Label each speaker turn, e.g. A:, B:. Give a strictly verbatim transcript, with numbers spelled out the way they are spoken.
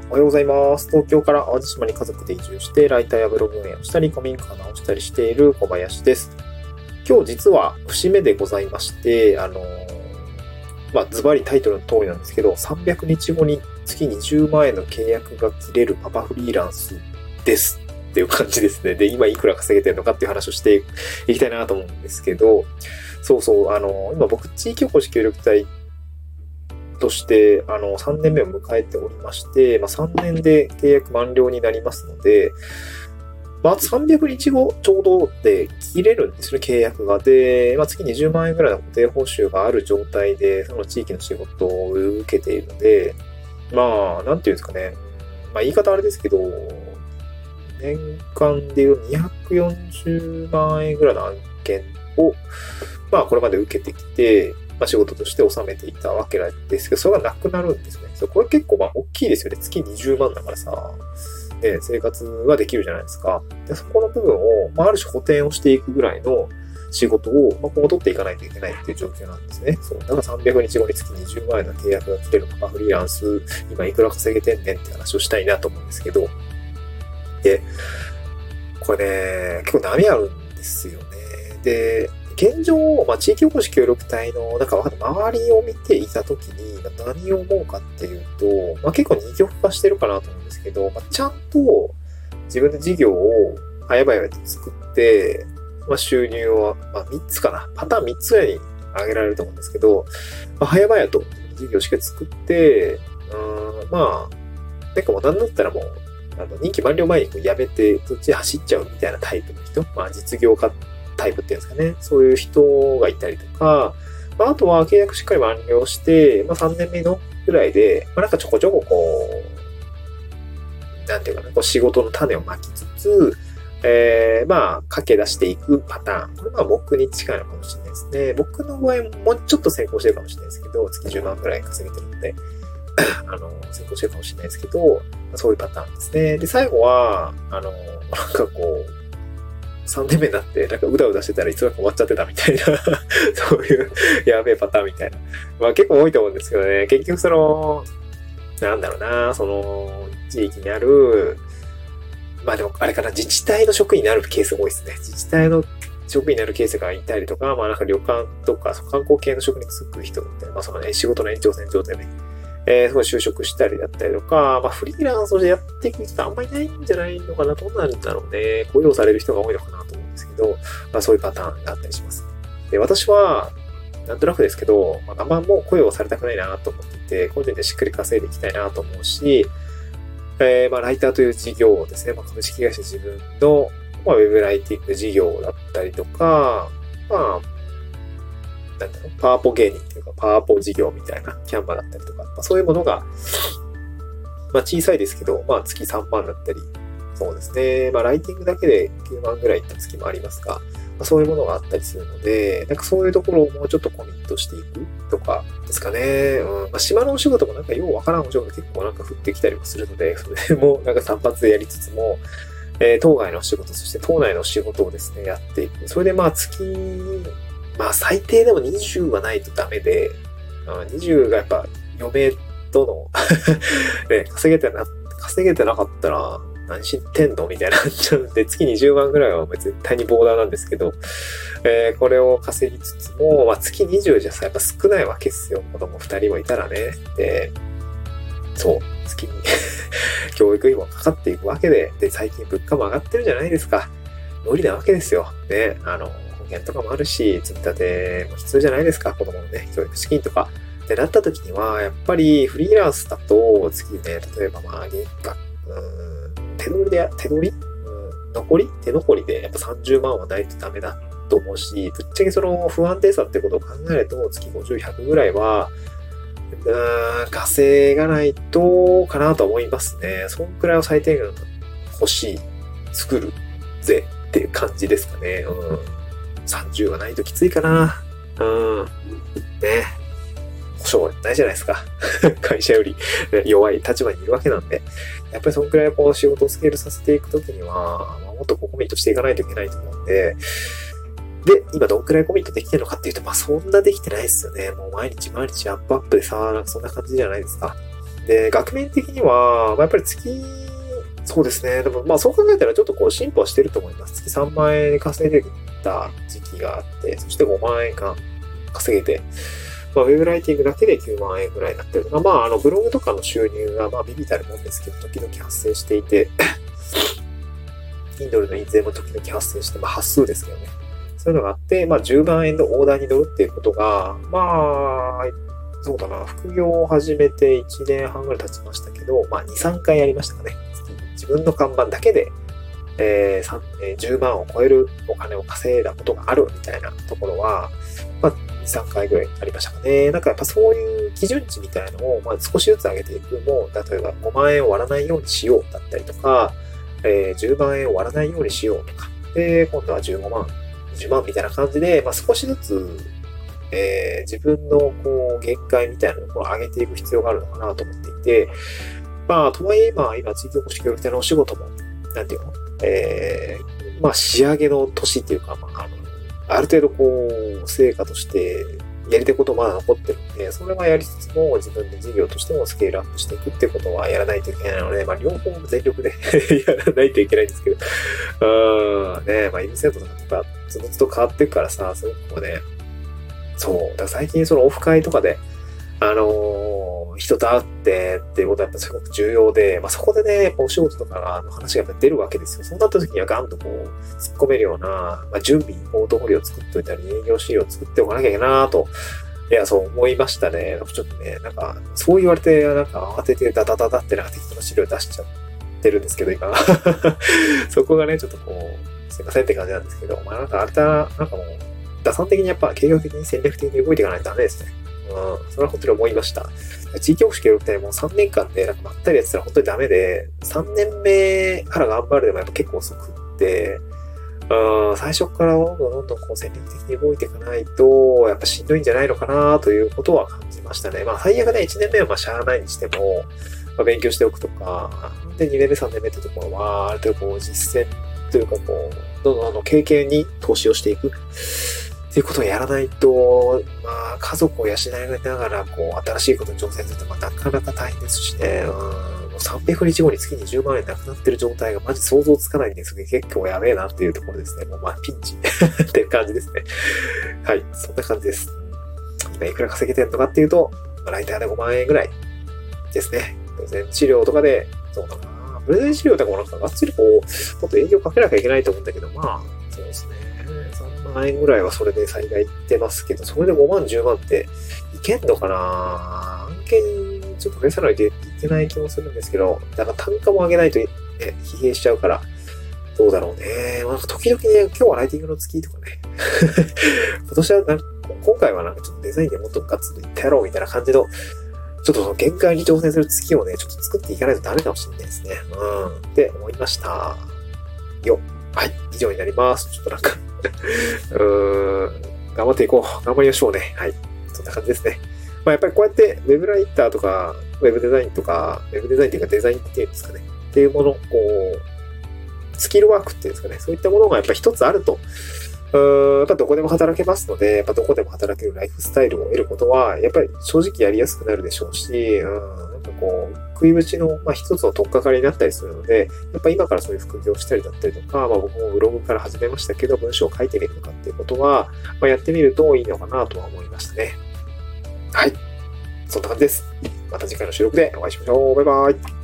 A: おはようございます。東京から淡路島に家族で移住して、ライターやブログ運営をしたり、古民家を直したりしている小林です。今日実は節目でございまして、あのー、まあ、ズバリタイトルの通りなんですけど、さんびゃくにちごに月にじゅうまんえんの契約が切れるパパフリーランスですっていう感じですね。で、今いくら稼げてるのかっていう話をしていきたいなと思うんですけど、そうそう、あのー、今僕地域おこし協力隊として、あの、さんねんめを迎えておりまして、まあ、さんねんで契約満了になりますので、まあ、さんびゃくにちごちょうどで切れるんですね、契約が。で、まあ、月にじゅうまんえんぐらいの固定報酬がある状態で、その地域の仕事を受けているので、まあ、なんていうんですかね。まあ、言い方あれですけど、年間でいうにひゃくよんじゅうまんえんぐらいの案件を、まあ、これまで受けてきて、まあ、仕事として納めていたわけなんですけど、それがなくなるんですね。これ結構まあ大きいですよね。月にじゅうまんだからさ、ね、生活はできるじゃないですか。で、そこの部分を、まあ、ある種補填をしていくぐらいの仕事を、まあ、今後取っていかないといけないっていう状況なんですね。そう。だからさんびゃくにちごに月にじゅうまんえんの契約が切れるパパフリーランス、今いくら稼げてんねんって話をしたいなと思うんですけど、で、これね、結構波あるんですよね。で、現状、まあ、地域おこし協力隊の、なんか、周りを見ていたときに、何を思うかっていうと、まあ、結構二極化してるかなと思うんですけど、まあ、ちゃんと自分で事業を早々と作って、まあ、収入を、まあ、みっつかな。パターンみっつぐらいに上げられると思うんですけど、まあ、早々と事業をしっかり作って、うん、まあ、なんかもう何だったらもう、あの任期満了前にこう辞めて、そっち走っちゃうみたいなタイプの人、まあ、実業家タイプっていうんですかね。そういう人がいたりとか、まあ、あとは契約しっかり完了して、まあ、さんねんめのぐらいで、まあ、なんかちょこちょここう、なんていうかな、こう仕事の種をまきつつ、えー、まあ、駆け出していくパターン。これまあ僕に近いのかもしれないですね。僕の場合もうちょっと成功してるかもしれないですけど、月じゅうまんぐらい稼げてるので、あの、成功してるかもしれないですけど、そういうパターンですね。で、最後は、あの、なんかこう、さんねんめになって、なんかうだうだしてたらいつの間にか終わっちゃってたみたいな、そういうやべえパターンみたいな。まあ結構多いと思うんですけどね、結局その、なんだろうな、その、地域にある、まあでもあれかな、自治体の職員になるケースが多いですね。自治体の職員になるケースがいたりとか、まあなんか旅館とか、観光系の職に就く人って、まあそのね、仕事の延長線上でね、えー、すごい就職したりだったりとか、まあフリーランスでやっていく人ってあんまりいないんじゃないのかな。どうなんだろうね。雇用される人が多いのかなと思うんですけど、まあそういうパターンがあったりします。で、私は、なんとなくですけど、まあ、あんまもう雇用されたくないなと思っていて、個人でしっかり稼いでいきたいなと思うし、えー、まあライターという事業をですね、まあ、株式会社自分の、まあ、ウェブライティング事業だったりとか、まあ、なんだろう、パワポ芸人っていうか、パワポ事業みたいなキャンバだったりとか、まあ、そういうものが、まあ小さいですけど、まあ月さんまんだったり、そうですね。まあライティングだけできゅうまんぐらいいった月もありますが、まあ、そういうものがあったりするので、なんかそういうところをもうちょっとコミットしていくとかですかね。うん。まあ島のお仕事もなんかようわからんお仕事結構なんか降ってきたりもするので、それもなんか単発でやりつつも、えー、当該のお仕事、そして島内のお仕事をですね、やっていく。それでまあ月、まあ最低でもにじゅうはないとダメで、にじゅうがやっぱ嫁とのね、稼げてな、稼げてなかったら何知ってんのみたいなっちゃうんで、月にじゅうまんぐらいは絶対にボーダーなんですけど、えー、これを稼ぎつつも、まあ月にじゅうじゃさ、やっぱ少ないわけですよ。子供ふたりもいたらね。で、そう、月に教育費もかかっていくわけで、で、最近物価も上がってるじゃないですか。無理なわけですよ。ね、あの、保険とかもあるし、積み立ても必要じゃないですか。子供のね、教育資金とか。ってなった時には、やっぱりフリーランスだと、月ね、例えばまあ、原価、うん、手取りで、手取り、うん、残り手残りでやっぱさんじゅうまんはないとダメだと思うし、ぶっちゃけその不安定さってことを考えると、月ごじゅう、ひゃくぐらいは、うーん、稼がないと、かなと思いますね。そんくらいを最低限欲しい、作るぜっていう感じですかね。うん。さんじゅうはないときついかな。うん。ね。保証ないじゃないですか。会社より弱い立場にいるわけなんで。やっぱりそんくらいこう仕事をスケールさせていくときには、まあ、もっとこうコミットしていかないといけないと思うんで、で、今どんくらいコミットできてるのかっていうと、まあそんなできてないですよね。もう毎日毎日アップアップでさ、なんかそんな感じじゃないですか。 で、額面的には、まあ、やっぱり月、そうですね。でも、まあそう考えたらちょっとこう進歩はしてると思います。月さんまん円稼いでた時期があって、そしてごまん円間稼げて、まあ、ウェブライティングだけできゅうまん円ぐらいになってるのが、まあ、あの、ブログとかの収入が、まあ、ビビたるもんですけど、時々発生していて、Kindle の印税も時々発生して、まあ、端数ですけどね。そういうのがあって、まあ、じゅうまん円のオーダーに乗るっていうことが、まあ、そうだな、副業を始めていちねんはんぐらい経ちましたけど、まあ、に、さんかいやりましたかね。自分の看板だけで、えーえー、じゅうまんを超えるお金を稼いだことがあるみたいなところは、まあ、に、さんかいぐらいありましたかね。なんかやっぱそういう基準値みたいなのを、まあ、少しずつ上げていく。もう、例えばごまん円を割らないようにしようだったりとか、えー、じゅうまん円を割らないようにしようとか、で、今度はじゅうごまん、じゅうまんみたいな感じで、まあ、少しずつ、えー、自分のこう限界みたいなのを上げていく必要があるのかなと思っていて、まあ、とはいえ、まあ、今、地域おこし協力隊のお仕事も、なんていうのえー、まあ、仕上げの年っていうか、まあ、あの、ある程度こう、成果としてやりたいことまだ残ってるんで、それはやりつつも自分で事業としてもスケールアップしていくっていうことはやらないといけないので、まあ、両方全力でやらないといけないんですけど、うん、ね、まあ、インセントとかやっぱ、つどつど変わっていくからさ、すごくこうね、そう、だから最近そのオフ会とかで、あのー、人と会ってっていうことはやっぱすごく重要で、まあ、そこでね、やっぱお仕事とかの話がやっぱ出るわけですよ。そうなった時にはガンとこう、突っ込めるような、まあ、準備、ポートフォリオを作っといたり、営業資料を作っておかなきゃいけないなと、いや、そう思いましたね。ちょっとね、なんか、そう言われて、なんか慌ててダダダダってなんか適当な資料出しちゃってるんですけど、今。そこがね、ちょっとこう、すいませんって感じなんですけど、まあなんかあれだ、なんかもう、打算的にやっぱ計画的に戦略的に動いていかないとダメですね。うん、それは本当に思いました。地域おこし協力隊もさんねんかんでなんかまったりやってたら本当にダメで、さんねんめから頑張るでもやっぱ結構遅くって、うん、最初からどんどんどんどんこう戦略的に動いていかないと、やっぱしんどいんじゃないのかなということは感じましたね。まあ最悪ね、いちねんめはまあしゃあないにしても、まあ、勉強しておくとか、でにねんめさんねんめってところは、ある程度こう実践というかこう、どんどんあの経験に投資をしていく。っていうことをやらないと、まあ、家族を養いながら、こう、新しいことに挑戦すると、まあ、なかなか大変ですしね、うん、さんびゃくにちごに月にじゅうまん円なくなってる状態がマジ想像つかないんですけど、結構やべえなっていうところですね。もう、まあ、ピンチっていう感じですね。はい、そんな感じです。今、いくら稼げてるのかっていうと、まあ、ライターでごまん円ぐらいですね。プレゼン資料とかで、そうだな。プレゼン資料とかもなんか、がっつりこう、もっと営業かけなきゃいけないと思うんだけど、まあ、そうですね。さんまん円ぐらいはそれで最大いってますけど、それでごまん、じゅうまんっていけんのかな？案件ちょっと増やさないといけない気もするんですけど、だから単価も上げないと、ね、疲弊しちゃうから、どうだろうね。まあ、時々ね、今日はライティングの月とかね。今年はなんか、今回はなんかちょっとデザインでもっとガッツリいってやろうみたいな感じの、ちょっとその限界に挑戦する月をね、ちょっと作っていかないとダメかもしれないですね。うん。って思いました。よ。はい。以上になります。ちょっとなんかうーん、頑張っていこう。頑張りましょうね。はい。そんな感じですね。まあやっぱりこうやって、ウェブライターとか、ウェブデザインとか、ウェブデザインっていうかデザインっていうんですかね。っていうもの、こう、スキルワークっていうんですかね。そういったものがやっぱり一つあると、うーん、やっぱどこでも働けますので、やっぱどこでも働けるライフスタイルを得ることは、やっぱり正直やりやすくなるでしょうし、うん、なんかこう、食いぶちの、まあ、一つの取っかかりになったりするので、やっぱ今からそういう副業したりだったりとか、まあ僕もブログから始めましたけど、文章を書いてみるとかっていうことは、まあ、やってみるといいのかなとは思いましたね。はい。そんな感じです。また次回の収録でお会いしましょう。バイバイ。